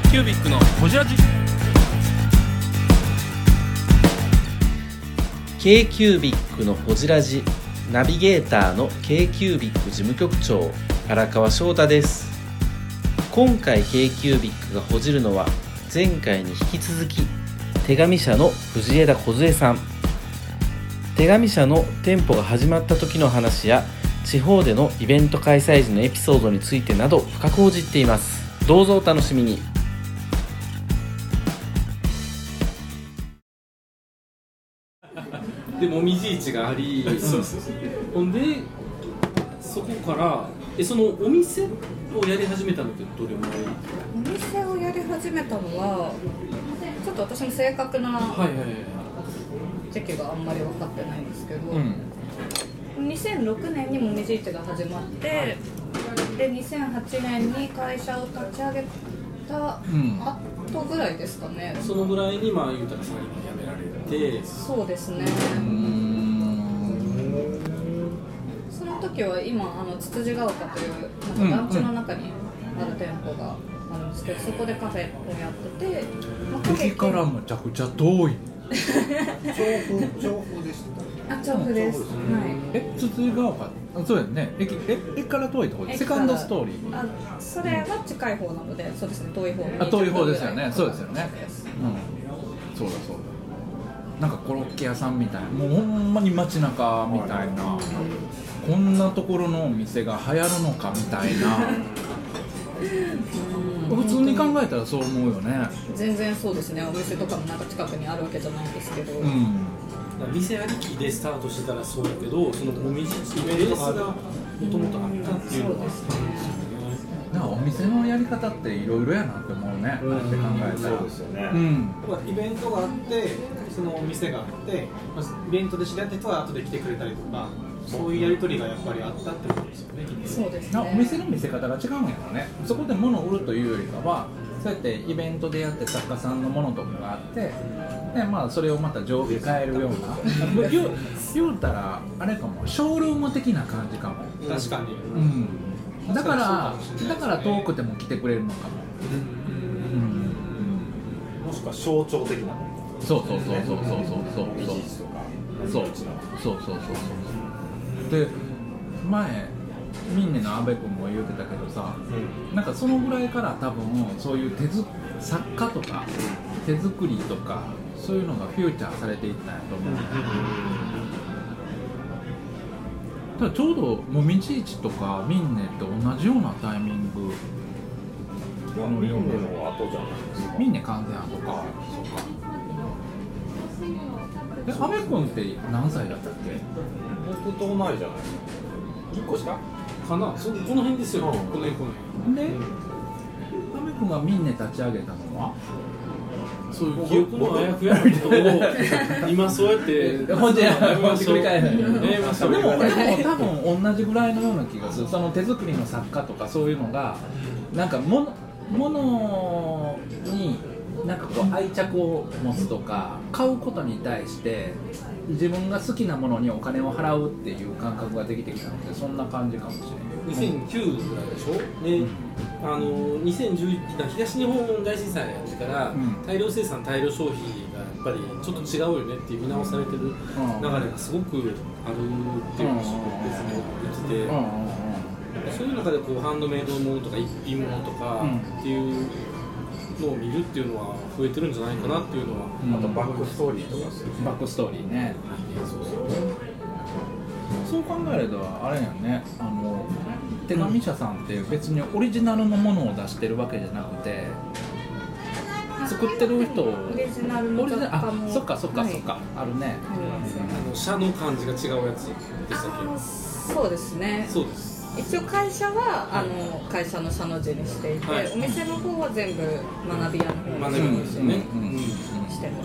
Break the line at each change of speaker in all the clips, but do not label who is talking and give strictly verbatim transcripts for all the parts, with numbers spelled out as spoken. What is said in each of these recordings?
キュービックのホジラジ
k キュービックのホジラジナビゲーターの k キュービック事務局長荒川翔太です。今回 k キュービックがほじるのは前回に引き続き手紙社の藤枝梢さん。手紙社の店舗が始まった時の話や地方でのイベント開催時のエピソードについてなど深く報じっています。どうぞお楽しみに。
でもみじ市があり、そうそうそう、ほんでそこからえそのお店をやり始めたのってどれぐらい？
お店をやり始めたのはちょっと私も正確な時期があんまり分かってないんですけど、うん、にせんろくねんにもみじ市が始まって、でにせんはちねんに会社を立ち上げた後ぐらいですかね。
そのぐらいにまあ言うたらさんにん辞められて。そうですね。
その時は今あのつつじが丘というなんか団地の中にある店舗があるんですけど、そこでカフェをやってて、まあ、
駅からむちゃくちゃ遠い。
調布でした。
あ、調布です。はい。
え、つつじが丘、そうやね。駅え駅から遠いところ。セカンドストーリー。
あ、それは近い方なので、そうですね。遠い方。
あ、遠い方ですよね。そうですよね。うん。そうだそうだ。なんかコロッケ屋さんみたいな、もうほんまに街中みたいな、こんなところのお店が流行るのかみたいな。普通に考えたらそう思うよね。
全然そうですね。お店とかもなんか近くにあるわけじゃないんですけど、うん、
店ありきでスタートしてたらそうだけど、そのお店ベースがもともとあったっていうのが
なんかお店のやり方っていろいろやなって思うね、うん、って考えたら。そうですよね、うん、
イベントがあって、そのお店があって、イベントで知り合った人は後で来てくれたりとか、そういうやり取りがやっぱりあったってことですよね。
そうですね。
お店の見せ方が違うんやろね。そこで物を売るというよりかは、そうやってイベントでやって作家さんのものとかがあって、でまあそれをまた上下変えるような言う、言うたらあれかも、ショールーム的な感じかも。
確かに、
うん、だからだから遠くても来てくれるのかも、うんうんうん、
もしくは象徴的なもの。
そうそうそうそうそうそうそうそうそうそうそうそうで、前ミンネの阿部君も言ってたけどさ、うん、なんかそのぐらいから多分そういう手作作家とか手作りとかそういうのがフューチャーされていったんやと思う、うん、ただちょうどもみじ市とかミンネって同じようなタイミング
のような。ミンネの後じゃないですか。
ミンネ完全後か。そうか。え、阿部君って何歳だったっけ？
僕と同いじゃないですか。いっこ下
かな。そこの辺ですよ、うん、この辺この辺で、
阿部君がミンネ立ち上げたのは
そういう記憶のあやふやなことを今そうやって
ほんで繰り返す。
で
も俺も多分同じぐらいのような気がする。その手作りの作家とかそういうのがなんかものものになんかこう愛着を持つとか、買うことに対して自分が好きなものにお金を払うっていう感覚ができてきたので、そんな感じかもしれない。
にせんきゅうぐらいでしょ。で、うん、あのにせんじゅういち東日本大震災がやってから、うん、大量生産大量消費がやっぱりちょっと違うよねっていう見直されてる流れがすごくあるっていうのをすごく別に言ってて、そういう中でこうハンドメイドものとか一品ものとかっていうのを見るっていうのは増えてるんじゃないかなっていうのは、
うん、あとバックストーリーとかする、
バックストーリーね。そうそうそう考えるとあれやね、あの手紙社さんって別にオリジナルのものを出してるわけじゃなくて、作ってる人を
オリジナルの雑貨も、
あ、そっかそっかそっか、はい、あるね。
あの社の感じが違うやつでしたっ
け？そうですね。
そうです。
一応会社はあの会社の社の字にしていて、はい、お店の方は全部学び屋の方にしてね、してます。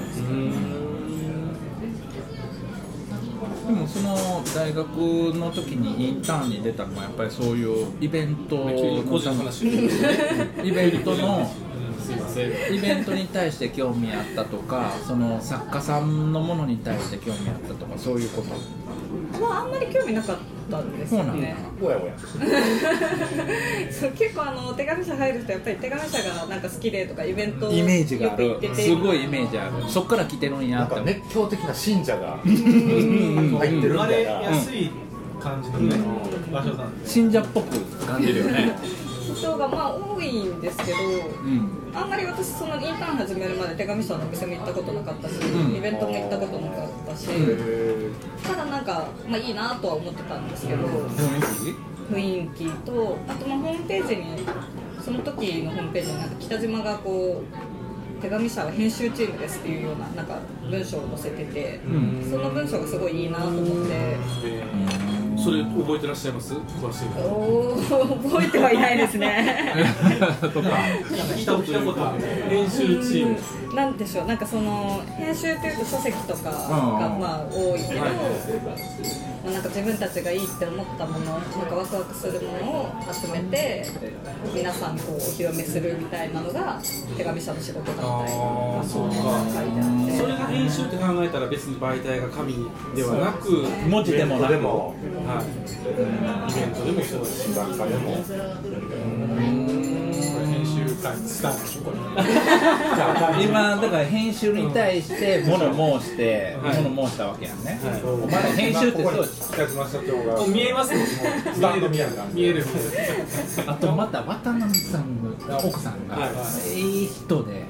でもその大学の時にインターンに出たのはやっぱりそういうイベントのイベントのイベントに対して興味あったとか、その作家さんのものに対して興味あったとか、そういうこと。
はあんまり興味なかったんですよね。
おやおや
そう結構あの手紙社入る人やっぱり手紙社がなんか好きでとかイベント
イメージがある
よく行ってて
すごいイメージあるそっから来てるんや
なんか
って思う
熱狂的な信者が入ってるみ
生まれ
たいな
やすい感じのね、場所なんで
信者っぽく感じるよね
人がまあ多いんですけど、
うん
あんまり私そのインターン始めるまで手紙社のお店も行ったことなかったし、
うん
イベントも行ったことなかったし、ただなんか、まあ、いいなとは思ってたんですけど、雰囲気とあとまあホームページにその時のホームページになんか北島がこう手紙社は編集チームですっていうようななんか文章を載せてて、
うん
その文章がすごいいいなと思って
それ覚えてらっしゃいます？詳しいの
おー覚えてはいないですね
とか
聞いたことないこと編集チーム
うんなんでしょう、なんかその編集っていうと書籍とかがまあ多いけど、まあなんか自分たちがいいって思ったもの、なんかワクワクするものを集めて皆さんこうお披露目するみたいなのが手紙社の仕事だったりとか
そうか
書いてあって、
それが編集って考えたら別に媒体が紙ではなく
文字でもなく
でも
はい、イベントでも一緒だし
学科でも
編集会のスターでしょこれ
今だから編集に対して物申して
はい
物申したわけやんね、
はい
お
前ら編集ってそう
北島社長が
もう見えますね、
スタンド見える
見える
あとまた渡辺さんが奥さんが
はい
いい人で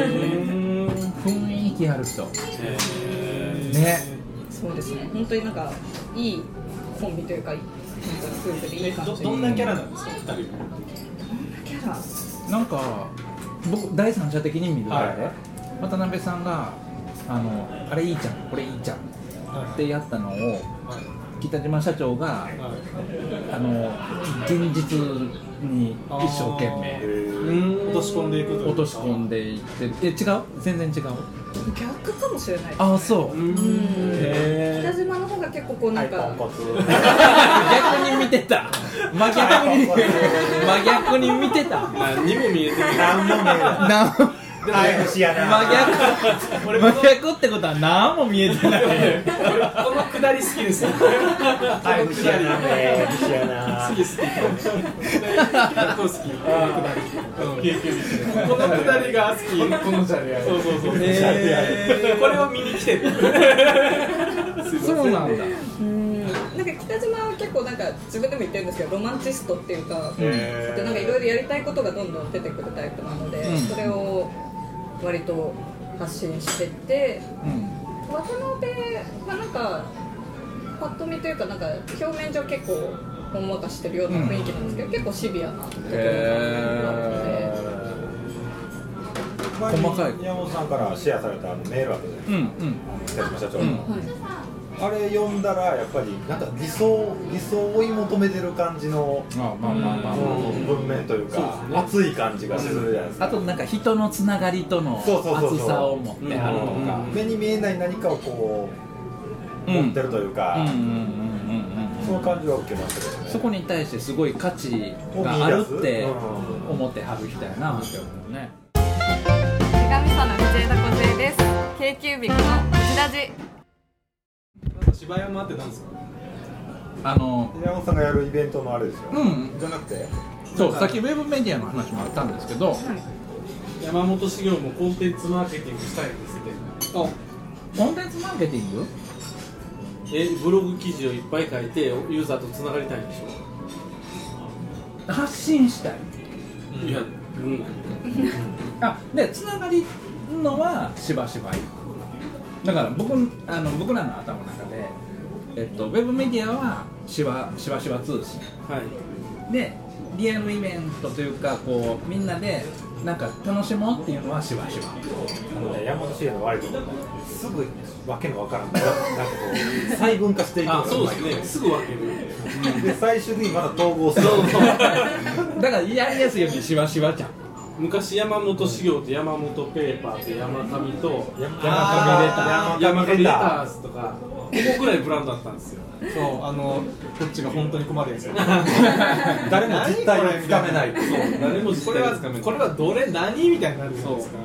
雰囲気ある人ね
そうですね、本当になんかいいコンビというか、本当に夫婦でいい感じ。
どどんなキャラなんですか、ふたりは。
キャラ
なんか僕第三者的に見るからね、
はい
渡辺さんがあのあれいいじゃんこれいいじゃんってやったのを北島社長があの現実に一生懸命
落とし込んでいくというか
落とし込んでいってるえ違う全然違う
逆かもしれないです。
ああそう
うん
へ
北島の方が結構こうなんか、
ポンコツ
逆に見てた真逆に真逆に見てた
何にも見えてない
何も見えない
な
はい節やな
真逆真逆ってことは何も見えてない
このくだり好きですよ。
はい節やなね節やな
好き好き。結構好き。このくだり。このくだりが好き。このじゃれ。そうそうそう。
へー
これを見に来てる。
そうなんだ
うんなんか北島は結構なんか自分でも言ってるんですけどロマンチストっていうか、
へー
でなんかいろいろやりたいことがどんどん出てくるタイプなので、
うん
それを割と発信してって
うん
渡辺はなんかパッと見というかなんか表面上結構ほんわかしてるような雰囲気なんですけど、結構シビアなところがあるので、
細かい
山本さんからシェアされたあのメールあったじゃないですか、
うんうん
北島社長の、
うん
はい
あれ読んだらやっぱりなんか理想理想を追い求めてる感じの
まあまあまあまあ、
文面というか熱い感じがするじゃないですか、
あとなんか人のつながりとの
そうそうそうそう
熱さを持ってあるとか
目に見えない何かをこう持ってるというか、
うんうんうんうんうん
その感じは受けましたけどね。
そこに対してすごい価値があるって思ってはる人やなって思うね。
手紙社の藤枝梢です。 k キュービックの藤ラジ。
芝山って何ですか。
あの
山本さんがやるイベントのあれですよ、
うん
じゃなくて
そうさっきウェブメディアの話もあったんですけど、
山本修行もコンテンツマーケティングしたいんですって
コンテンツマーケティング
えブログ記事をいっぱい書いてユーザーとつながりたいんでしょ。
発信したい、
いや、うん
あでつながりのはしばしばいいだから僕あの僕らの頭の中で、えっと、ウェブメディアはしばしばしば通信
はい
でリアルイベントというかこうみんなでなんか楽しもうっていうのはしばしば
あのね、山本シゲの悪いところすぐわけのわからんなんかこう細分化していくの
あ
が
そうですねすぐ分ける
で最終的にまた統合する
だからやりやすいようにしばしばじゃん
昔山本修行と山本ペーパーと山上と
山
あー山上レタ
上レタ
ーズとかここぐらいブランドだったんですよ。
そうあのこっちが本当に困るんですよ。
誰も実態をつかめない
そう誰も実
これは
態つかめない
これはどれ何みたいになるじゃないですか。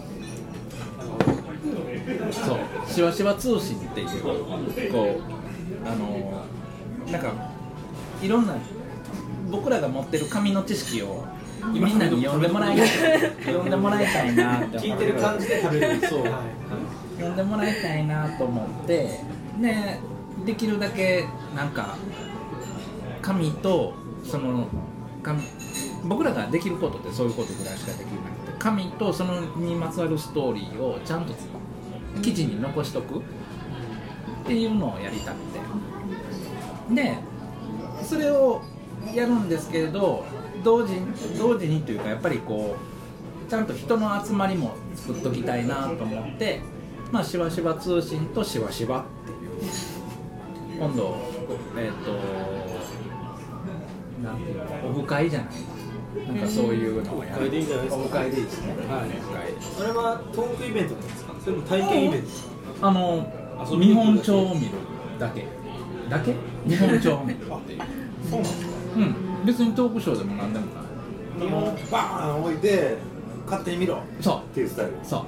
そうしばしば通信っていうこうあのなんかいろんな僕らが持ってる紙の知識をみんなに読んでもらいたい読んでもらいたいなって
聞いてる感じで食べるそう、はい、
読んでもらいたいなと思ってでできるだけなんか紙とその紙僕らができることってそういうことぐらいしかできなくて紙とそのにまつわるストーリーをちゃんと記事に残しとくっていうのをやりたくてでそれをやるんですけれど同時同時にというかやっぱりこうちゃんと人の集まりも作っときたいなと思ってまあしばしば通信としばしばっていう今度えっ、ー、となんていうのオフ会じゃないなんかそういうのをやる。
オフ会でいいんじゃないですか。
オフ会でいいですね。
はい。
それはトークイベントなんですか。それも体験イベント。
あの見本帳を見るだけだけ見本帳を見るっていう。
そうなんですか。
うん。別にトークショーでもなんでもない。
日本バーン置いて勝手に見ろ。
そう
っていうスタイル。
そう。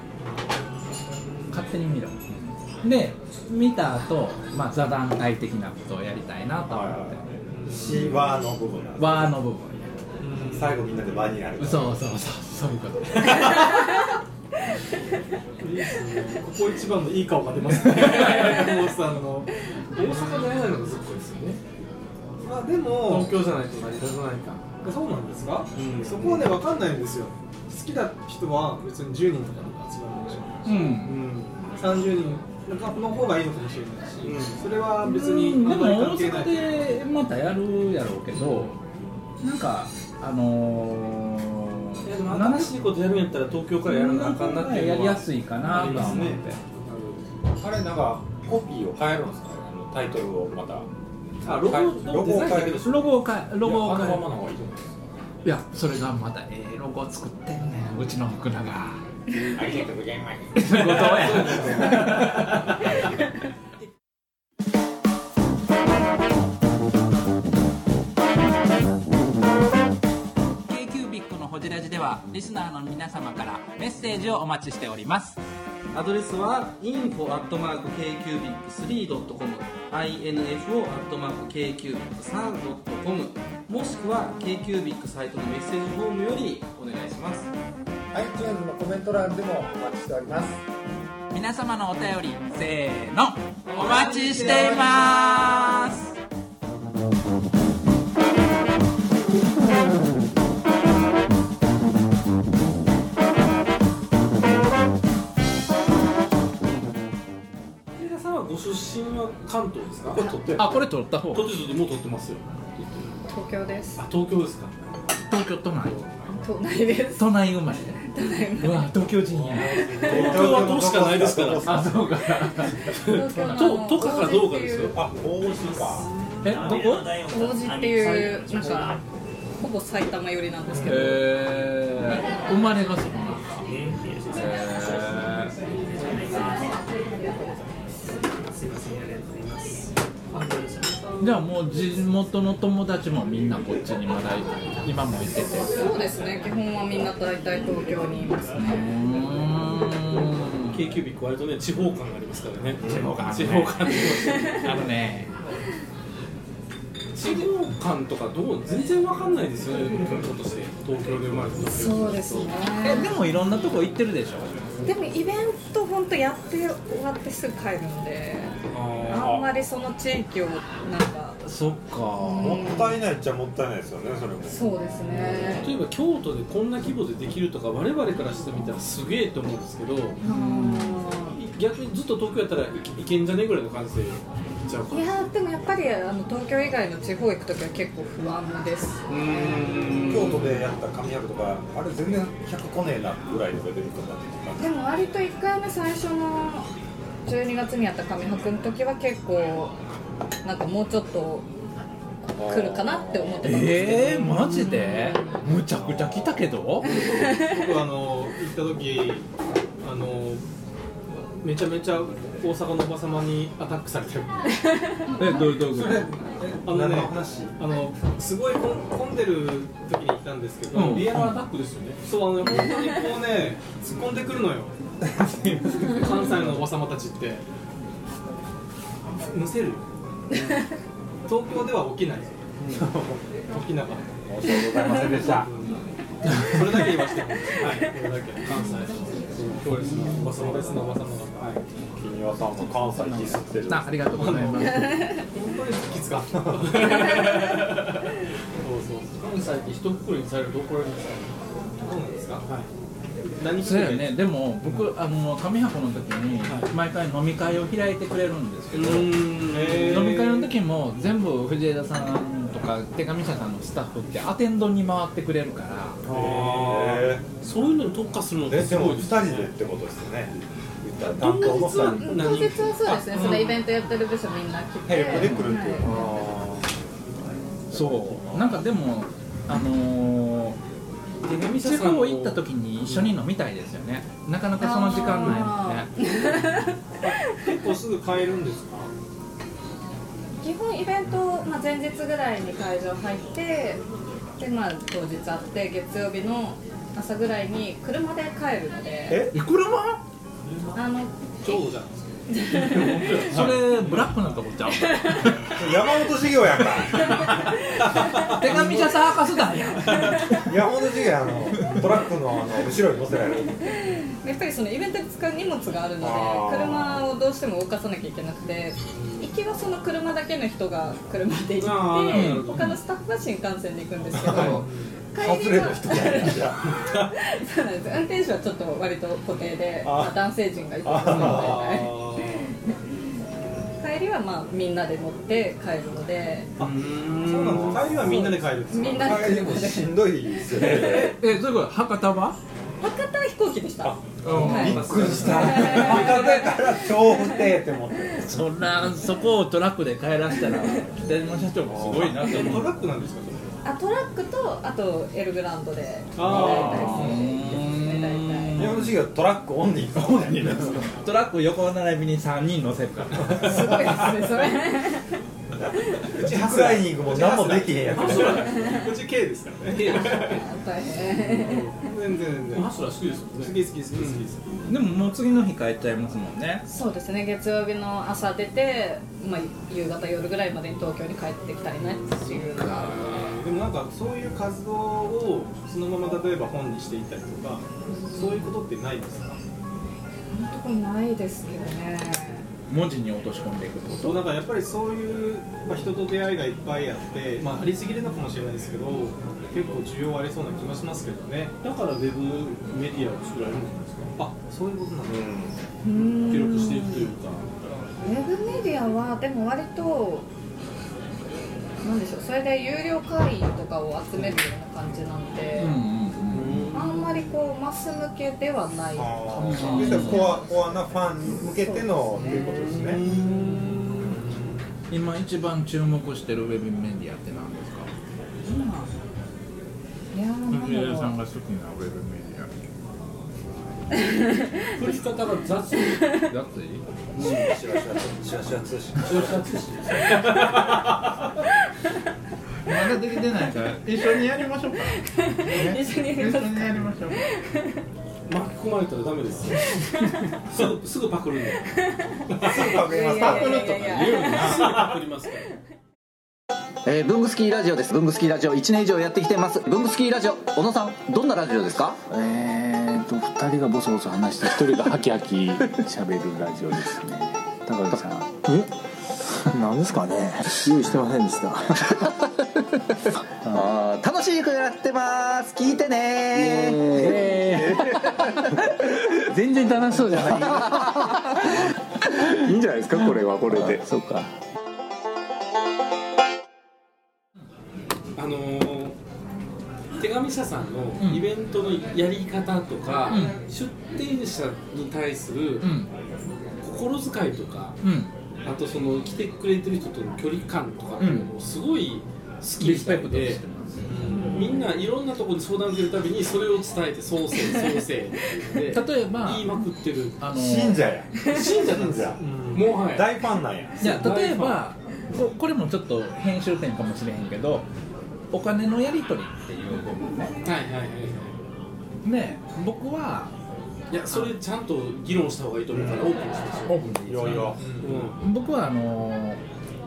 勝手に見ろ。で見た後、まあ座談会的なことをやりたいなと思って。
しわの部分なんです。
わの部分。
最後みんなで輪になる。
そうそうそうそういうこと。
ここ一番のいい顔が出ますね。山本さんの。
大阪で会えないのがずっとですよね。
まあでも
東京じゃないと成り立たないか。
そうなんですか、
うん、
そこはね分かんないんですよ。好きな人は別にじゅうにんとかで集まるかもしれないし、うん、さんじゅうにんの方がいいのかもしれないし、うん、それは別にあんまり関係ない。
でも大阪でまたやるやろうけどなんかあのー、
いやでも新しいことやるんやったら東京からやらなあかんなっていうのは
やりやすいかなと思って、ね、
あれなんかコピーを変えるんですかねあのタイトルをまた
あロゴ
ロゴを変える
ロゴを変えロゴを変え
あのままの方がいいと思います
いやそれがまたええロゴを作ってんねんうちの福永
ありがとうございます
後藤やホジラジではリスナーの皆様からメッセージをお待ちしております。
アドレスは インフォ アットマーク ケーキュービックスリー ドットコム インフォ アットマーク ケーキュービックスリー ドットコム もしくは K-Cubic サイトのメッセージフォームよりお願いします。
iTunes のコメント欄でもお待ちしております。
皆様のお便りせーのお待ちしています。
ご出身は関東ですか？これ取って
あ、これ取った方。
取って取ってもう取ってますよ。
東京です。
あ、東京ですか？
東京都内。
都内です。
都内生まれ。
都内生まれ。
うわ、東京人や。
東京は都しかないですから。
あ、そうか。
東京の
都かかどうかですよ。
あ、王子か。
え、どこ？
王子っていうなんかほぼ埼玉寄りなんですけど。
えー、生まれがそこなんか。えじゃあもう地元の友達もみんなこっちにまだ今もいてて。
そうですね。基本はみんな大体東京にいますね。
K-Cubic 割とね地方感がありますからね。
地方感、
地方感
あるね。
地方感とかどう全然わかんないですよね。文化として東京で生まれた。
そうですね。
えでもいろんなとこ行ってるでしょ。
でもイベント本当やって終わってすぐ帰るので、あんまりその地域をなんか
そっか、
もったいないっちゃもったいないですよねそれも。
そうですね。
例えば京都でこんな規模でできるとか我々からしてみたらすげえと思うんですけど、逆にずっと東京やったらいけんじゃねえぐらいの感じで行っちゃうか。
いやでもやっぱりあの東京以外の地方行くときは結構不安です。
うーん
京都でやった上役とかあれ全然ひゃく来ねえなぐらいとか出るとか。
でも割といっかいめ最初のじゅうにがつにやった上白の時は結構なんかもうちょっと来るかなって思ってたんですけど。
えー、マジでむちゃくちゃ来たけど
僕あの行った時あのめちゃめちゃ大阪のおば様にアタックされてる。
え、どういうどういうこと？
あのね、
何の話？
あのすごい混んでる時に行ったんですけど、
うん、
リアルアタックですよね。
そうあの本当にこうね突っ込んでくるのよ。関西のおば様たちってむせる。 東京では起きないですよ、起きなかった。
申し訳ございませんでした。
それだけ言わせてもらって、はい、これだけ関西強烈なおばさまですのおばさまが、はい、
君はさんも関西ディスってる。
あ、ありがとうございます。
本当にきつかった。そうそうそう。
関西って一括りにされると怒られるんですか。
そうなんですか。はい。
何そうやね。でも僕あの上箱の時に毎回飲み会を開いてくれるんですけど、飲み会の時も全部藤枝さんとか手紙社さんのスタッフってアテンドに回ってくれるから。
へー、そういうのに特化するのってすごいですね。
でもふたりでってことですよね。
当日は当日はそうですね。そのイベントやってる部署みんな来て。
ヘルプで来るっていう。
そうなんかでもあのー。地方行った時に一緒に飲みたいですよね。なかなかその時間ないもんね。
結構すぐ帰るんですか。
基本イベント、まあ、前日ぐらいに会場入ってで、まあ、当日会って月曜日の朝ぐらいに車で帰るので。
え、車？
あの
超じゃないですか。
それブラックなとこちゃう。
山本修行やんか。
手紙社サーカス団やん。
山本修行あのトラックのあの後ろに乗せられる。
やっぱりそのイベントで使う荷物があるので車をどうしても動かさなきゃいけなくて、行きはその車だけの人が車で行って他のスタッフは新幹線で行くんですけど。
外れの人がいるじゃん。
そうなんです。運転手はちょっと割と固定で、まあ、男性陣がいてますので帰りはまあみんなで乗って帰るので。
あ、そうなの。帰りはみんなで帰るんですか。
みんなで帰るので
しんどいですよね。
え、そういうこと。博多は？
博多は飛行機でした。
びっくりした。
博多から調布亭って思って。
そんなそこをトラックで帰らせたら北島社長もすごいなって思う。
トラックなんですか。
あ、トラックとあとエルグランドで。
あ
山本修行トラックオンリー。オンリーですか。
トラック横並びにさんにん乗せるから。
すごいですねそれ。
うちハスライニングも何もできへんやつ。
うち K ですからね。
大変。
全然全然。
ハスラー好きですよね。
好き好き好き好きです。
でももう次の日帰っちゃいますもんね。
そうですね。月曜日の朝出て、まあ夕方夜ぐらいまでに東京に帰ってきたいねっていうのが。
でもなんかそういう活動をそのまま例えば本にしていったりとか、そういうことってないですか。
今のところないですけどね。
文字に落とし込んでいくってこと。
そう、なんかやっぱりそういう、まあ、人と出会いがいっぱいあって、まあ、ありすぎるのかもしれないですけど結構需要ありそうな気もしますけどね。
だからウェブメディアを作られるんですか。
あ、そういうことなんだ。
うん。
記録していくというか。
ウェブメディアはでも割となんでしょう。それで有料会員とかを集めるような感じなので、うんうんうん、あんまりこうマス向けではないかもしれないですね。
コア、コアなファンに向けてのっていうことですね。
今一番注目してるウェブメディアって何ですか。
今いやー、
藤枝さんが好きなウェブメディア。
振り方が雑い。
雑い？
シワシワシワシワ通信。
シワシワ通信。
まだできてないから一緒にやりましょうか。
一緒にやりますか。
一緒にやりましょうか。
巻き込まれたらダメですよ。すぐすぐパクるんで。
すぐパクります。
パクるとか言う
な。すぐパクりますから。
えー、ブングスキーラジオです。ブングスキーラジオいちねん以上やってきてます。ブングスキーラジオ、小野さん、どんなラジオですか？
えーとふたりがボソボソ話してひとりがハキハキ喋るラジオですね。高木さん、
えなんですかね、用意してませんでした
あ楽しくやってます。聞いてね
えー、全然楽しそうじゃないいいんじゃないですか、これはこれで。そうか。
あのー、手紙社さんのイベントのやり方とか、うん、出店者に対する心遣いとか、うん、あとその来てくれてる人との距離感とかっていうのもすごい好きみたいで、うん、みんないろんなところに相談受けるたびにそれを伝えてそうせいそうせいって言って
例えば
言いまくってる、
あのー、信者や
信者なんですよ、うん、もうはい
大ファンなんや。
いや例えばこれもちょっと編集点かもしれへんけど、お金のやり取りっていう部分ね。
はいはいはい。
ね、僕はい
やそれちゃんと議論した方がいいと思うからオープンにしましょう。
オープンでいいですか。いろいろ。僕はあの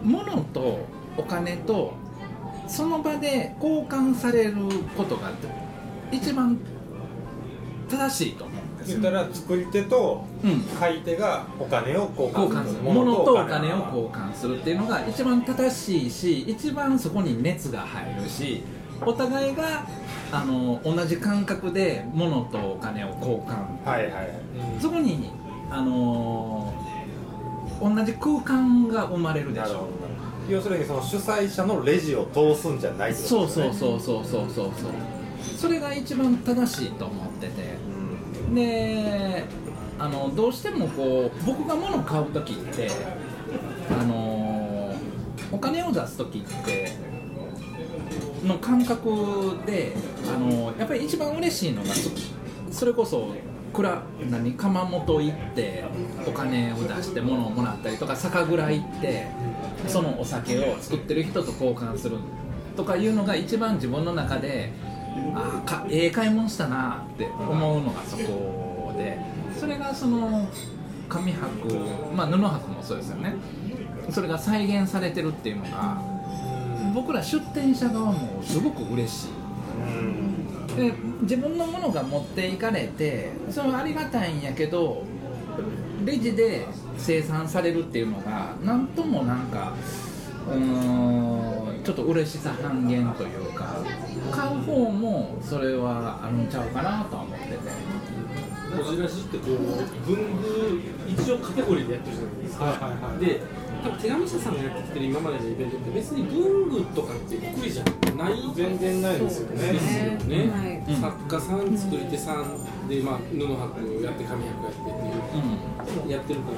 物とお金とその場で交換されることが一番正しいと思うんですよ。
言ったら作り手と買い手がお金を交換する、
物とお金を交換するっていうのが一番正しいし、一番そこに熱が入るし、お互いがあの同じ感覚で物とお金を交換、
はいはい、
そこにあの同じ空間が生まれるでしょう。
要するにその主催者のレジを通すんじゃないってことですね。
そうそうそうそうそうそうそうそれが一番正しいと思ってて、うん、であのどうしてもこう僕が物を買う時ってあのお金を出す時っての感覚であのやっぱり一番嬉しいのが そ, それこそ蔵何窯元行ってお金を出して物をもらったりとか、酒蔵行ってそのお酒を作ってる人と交換するとかいうのが一番自分の中であかええ買い物したなって思うのがそこで、それがその紙箔、まあ、布箔もそうですよね。それが再現されてるっていうのが僕ら出店者側もすごく嬉しい。で自分のものが持っていかれてそれはありがたいんやけど、レジで生産されるっていうのがなんともなんかうーんちょっと嬉しさ半減というか、買う方もそれはあるんちゃうかなとは思ってて。
こじらじってこう文具一応カテゴリーでやってるじゃないですか、はいはいはい、で多分手紙社さんがやってきてる今までのイベントって別に文具とかってくくりじゃない、
全然ないですよね。
ですよね、
はい、
作家さん、作り手さんで、まあ、布箔やって紙箔やってっていう、うん、やってるから、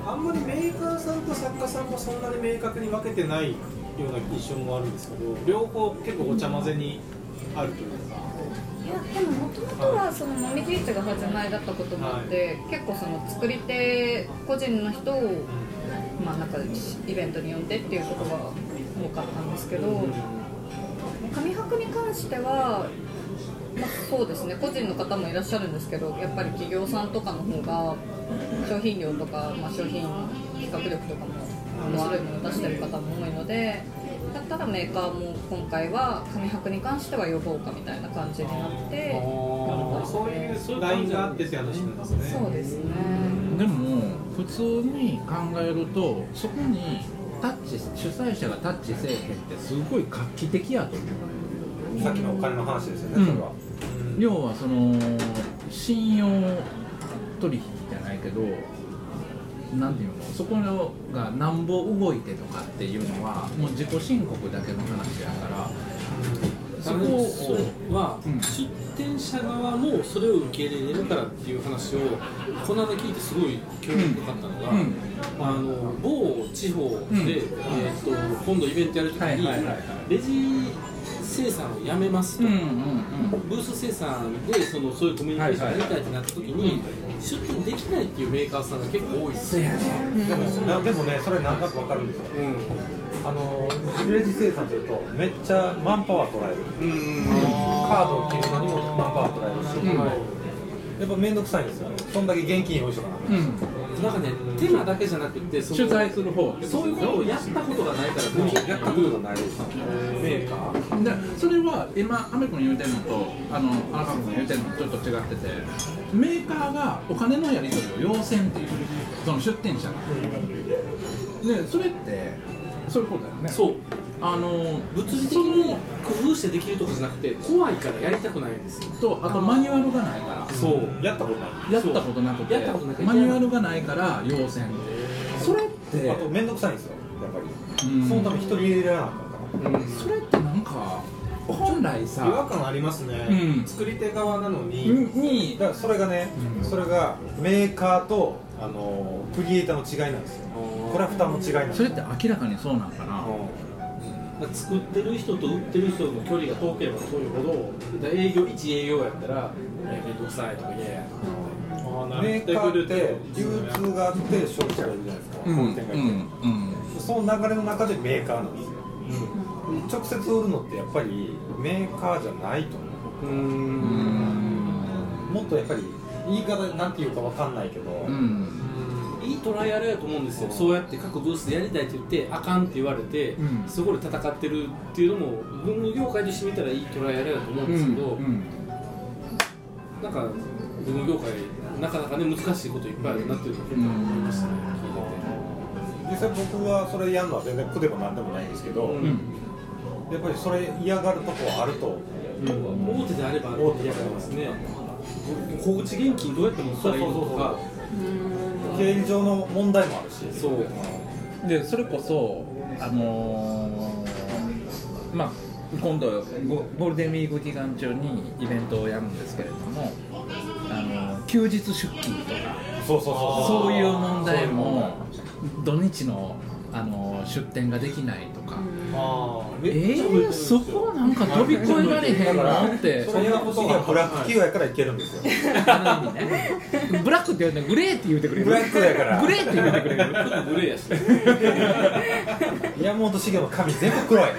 あんまりメーカーさんと作家さんもそんなに明確に分けてないような印象もあるんですけど、両方結構ごちゃ混ぜにあるというか。
いやでももともとはそのもみじ市が始まりだったこともあって、はい、結構その作り手個人の人を、まあ、なんかイベントに呼んでっていうことが多かったんですけど、紙箔に関しては、まあ、そうですね、個人の方もいらっしゃるんですけど、やっぱり企業さんとかの方が商品量とか、まあ、商品比較力とかも面白いものを出してる方も多いので、だったらメーカーも今回は紙箔に関しては呼ぼうかみたいな感じになって、
そういうラインがあってって話なんですね。
そうですね。
でも普通に考えるとそこにタッチ主催者がタッチせえへんってすごい画期的やと思う。
さっきのお金の話ですよね、うん、それは、
うん、要はその信用取引じゃないけど、なんていうの、そこがなんぼ動いてとかっていうのはもう自己申告だけの話やから、うん、
そこは、うん、出店者側もそれを受け入れれるからっていう話をこの間聞いてすごい興味深かったのが、うん、あの某地方で、うんえー、と今度イベントやるときに、はいはいはいはい、レジ生産をやめますと、うんうんうん、ブース生産でそのそういうコミュニケーションをやりたいってなったときに、出店できないっていうメーカーさんが結構多いですよね。
でも、でもね、それなんとなく分かるんですよ、うん、あのレジ生産するとめっちゃマンパワー取られる、うん、カードを切るのにもマンパワー取られるし、うん、やっぱ面倒くさいんですよね、そんだけ現金用意しとかな、うん
なんかね、手間だけじゃなくて、
取材する方、
そういうことをやったことがないから、
うん、やったことがないです、
メーカー
でそれは今、アメ君言うてるのと、あのアラカ君言うてるのとちょっと違ってて、メーカーがお金のやり取りを要請っていう、その出店者が、でそれって、そういうことだよね。
そう
あの
物理的に工夫してできるとかじゃなくて怖いからやりたくないんですよ。
とあとマニュアルがないから、
そう
やったことない
やったことなくて
やったことなくて
マニュアルがないから要請、それって
あと面倒くさいんですよやっぱり、うん、そのため一人入れられなかったから、うん、
それってなんか本来さ
違和感ありますね、うん、作り手側なのに、
にだからそれがね、うん、それがメーカーとあのクリエイターの違いなんですよ、クラフターの違いなんです
よ。それって明らかにそうなんかな、
作ってる人と売ってる人の距離が遠ければ遠いほど、営業一営業やったら面倒くさいとか言え、
メーカーって流通があって消費者がいるじゃないですか、本店がいて、うんうん、その流れの中でメーカーなんですよ、うん、直接売るのってやっぱりメーカーじゃないと思う。うーんもっとやっぱり言い方なんていうかわかんないけど、うん、
いいトライアルやと思うんですよ。そうやって各ブースでやりたいって言ってあかんって言われて、うん、そこで戦ってるっていうのも文具業界としてみたらいいトライアルやと思うんですけど、うんうん、なんか文具業界なかなかね難しいこといっぱいあるなっていうのを今回思いましたね、聞いてて。
実際僕はそれやるのは全然苦でもなんでもないんですけど、うん、やっぱりそれ嫌がるとこはあると、
うん、大手であれば大手でやりますね。小口現金どうやって持ったらいいのとか、
経理上の問題もあるし、
そうでそれこそあのー、まあ今度ゴールデンウィーク期間中にイベントをやるんですけれども、あのー、休日出勤とか
そうそうそうそう
そういう問題も土日のあの出店ができないとか、あえー、そこなんか飛び越えられへんのって
そんなことがブラック企業やからいけるんですよ。
あの意味ね、ブラックって言うのグレーって言うてくれる。
ブラックやから
グレーって言うてくれる。
グレーやし
山本茂の髪全部黒い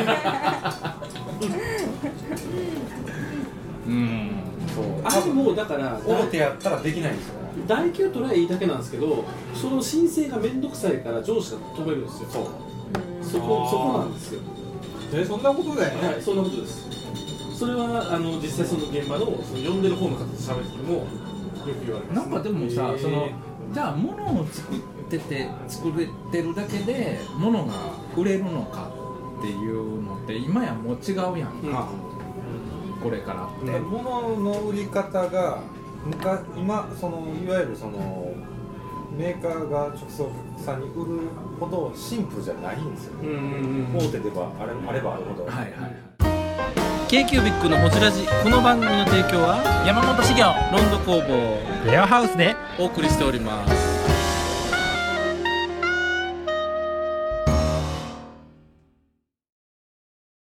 うんそうあれもだから
大手やったらできないんですよ。
大級トライいいだけなんですけど、その申請がめんどくさいから上司が止めるんですよ。そうそこそこなんですよ。
えそんなことだよね。
はい、そんなことです。それはあの実際その現場のその呼んでる方の方と喋ってもよく言われます、ね。
なんかでもさ、そのじゃあ物を作ってて作れてるだけで物が売れるのかっていうのって今やもう違うやんか。うん、これからって。
物の売り方が今そのいわゆるそのメーカーが直送さんに売るほどシンプルじゃないんですよ、ね。うんうんうん、大手ではあれ、あればあるほど。
はいはい。
k q b i c のホジラジ、この番組の提供は
山本資源
ロンド工房
レアハウスで
お送りしております。